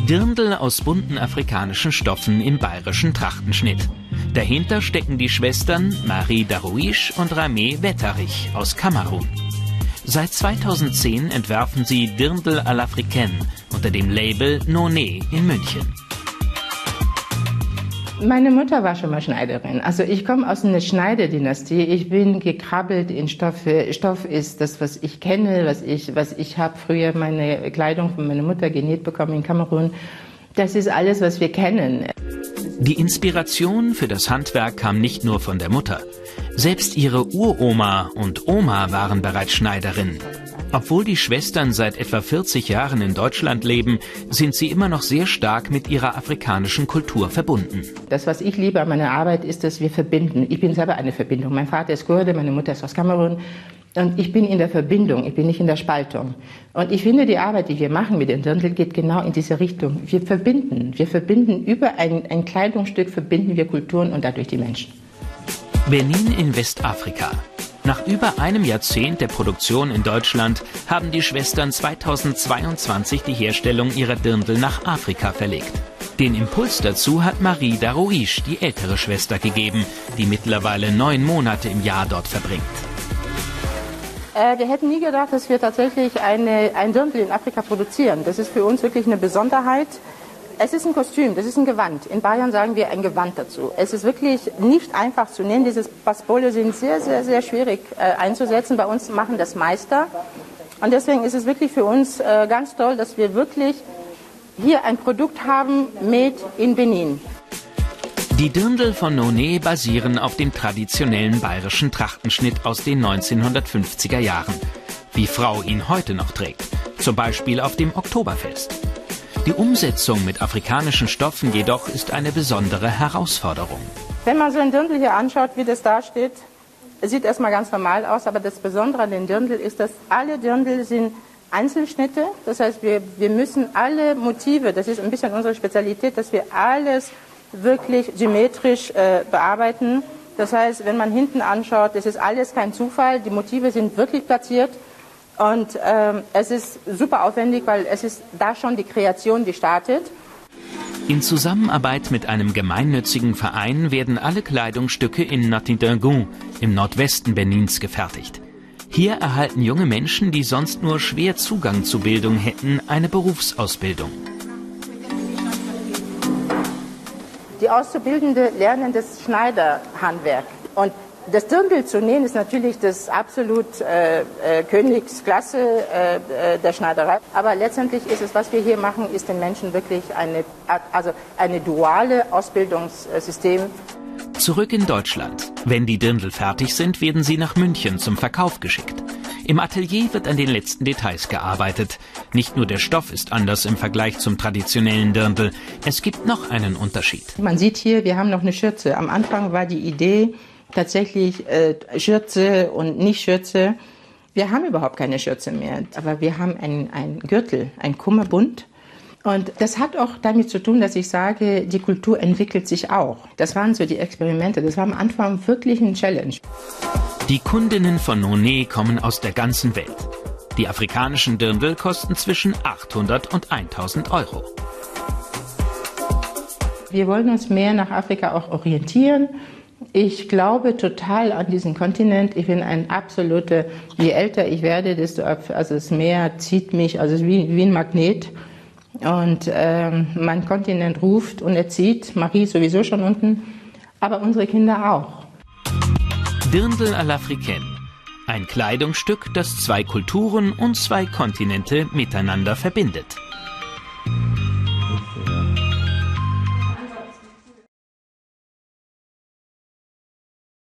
Dirndl aus bunten afrikanischen Stoffen im bayerischen Trachtenschnitt. Dahinter stecken die Schwestern Marie Darwish und Ramé Wetterich aus Kamerun. Seit 2010 entwerfen sie Dirndl à l'Africaine unter dem Label Noné in München. Meine Mutter war schon mal Schneiderin. Also ich komme aus einer Schneiderdynastie. Ich bin gekrabbelt in Stoffe. Stoff ist das, was ich kenne, was ich habe früher meine Kleidung von meiner Mutter genäht bekommen in Kamerun. Das ist alles, was wir kennen. Die Inspiration für das Handwerk kam nicht nur von der Mutter. Selbst ihre Uroma und Oma waren bereits Schneiderinnen. Obwohl die Schwestern seit etwa 40 Jahren in Deutschland leben, sind sie immer noch sehr stark mit ihrer afrikanischen Kultur verbunden. Das, was ich liebe an meiner Arbeit, ist, dass wir verbinden. Ich bin selber eine Verbindung. Mein Vater ist Kurde, meine Mutter ist aus Kamerun. Und ich bin in der Verbindung, ich bin nicht in der Spaltung. Und ich finde, die Arbeit, die wir machen mit den Dirndl, geht genau in diese Richtung. Wir verbinden über ein Kleidungsstück, verbinden wir Kulturen und dadurch die Menschen. Benin in Westafrika. Nach über einem Jahrzehnt der Produktion in Deutschland haben die Schwestern 2022 die Herstellung ihrer Dirndl nach Afrika verlegt. Den Impuls dazu hat Marie Darwish, die ältere Schwester, gegeben, die mittlerweile 9 Monate im Jahr dort verbringt. Wir hätten nie gedacht, dass wir tatsächlich ein Dirndl in Afrika produzieren. Das ist für uns wirklich eine Besonderheit. Es ist ein Kostüm, das ist ein Gewand. In Bayern sagen wir ein Gewand dazu. Es ist wirklich nicht einfach zu nähen. Diese Passpole sind sehr, sehr, sehr schwierig einzusetzen. Bei uns machen das Meister. Und deswegen ist es wirklich für uns ganz toll, dass wir wirklich hier ein Produkt haben, made in Benin. Die Dirndl von Noné basieren auf dem traditionellen bayerischen Trachtenschnitt aus den 1950er Jahren, wie Frau ihn heute noch trägt, zum Beispiel auf dem Oktoberfest. Die Umsetzung mit afrikanischen Stoffen jedoch ist eine besondere Herausforderung. Wenn man so ein Dirndl hier anschaut, wie das da steht, es sieht erstmal ganz normal aus, aber das Besondere an den Dirndl ist, dass alle Dirndl sind Einzelschnitte. Das heißt, wir müssen alle Motive, das ist ein bisschen unsere Spezialität, dass wir alles wirklich symmetrisch bearbeiten. Das heißt, wenn man hinten anschaut, das ist alles kein Zufall, die Motive sind wirklich platziert. Und es ist super aufwendig, weil es ist da schon die Kreation, die startet. In Zusammenarbeit mit einem gemeinnützigen Verein werden alle Kleidungsstücke in Nottingham im Nordwesten Benins gefertigt. Hier erhalten junge Menschen, die sonst nur schwer Zugang zu Bildung hätten, eine Berufsausbildung. Die Auszubildenden lernen das Schneiderhandwerk. Und das Dirndl zu nähen ist natürlich das absolut Königsklasse der Schneiderei. Aber letztendlich ist es, was wir hier machen, ist den Menschen wirklich eine duale Ausbildungssystem. Zurück in Deutschland. Wenn die Dirndl fertig sind, werden sie nach München zum Verkauf geschickt. Im Atelier wird an den letzten Details gearbeitet. Nicht nur der Stoff ist anders im Vergleich zum traditionellen Dirndl. Es gibt noch einen Unterschied. Man sieht hier, wir haben noch eine Schürze. Am Anfang war die Idee tatsächlich Schürze und nicht Schürze. Wir haben überhaupt keine Schürze mehr, aber wir haben einen Gürtel, ein Kummerbund. Und das hat auch damit zu tun, dass ich sage, die Kultur entwickelt sich auch. Das waren so die Experimente. Das war am Anfang wirklich ein Challenge. Die Kundinnen von Noné kommen aus der ganzen Welt. Die afrikanischen Dirndl kosten zwischen 800 und 1000 Euro. Wir wollen uns mehr nach Afrika auch orientieren. Ich glaube total an diesen Kontinent. Ich bin ein absoluter, je älter ich werde, desto, also das Meer zieht mich, also wie ein Magnet. Und mein Kontinent ruft und er zieht, Marie sowieso schon unten, aber unsere Kinder auch. Dirndl à l'Africaine. Ein Kleidungsstück, das 2 Kulturen und 2 Kontinente miteinander verbindet.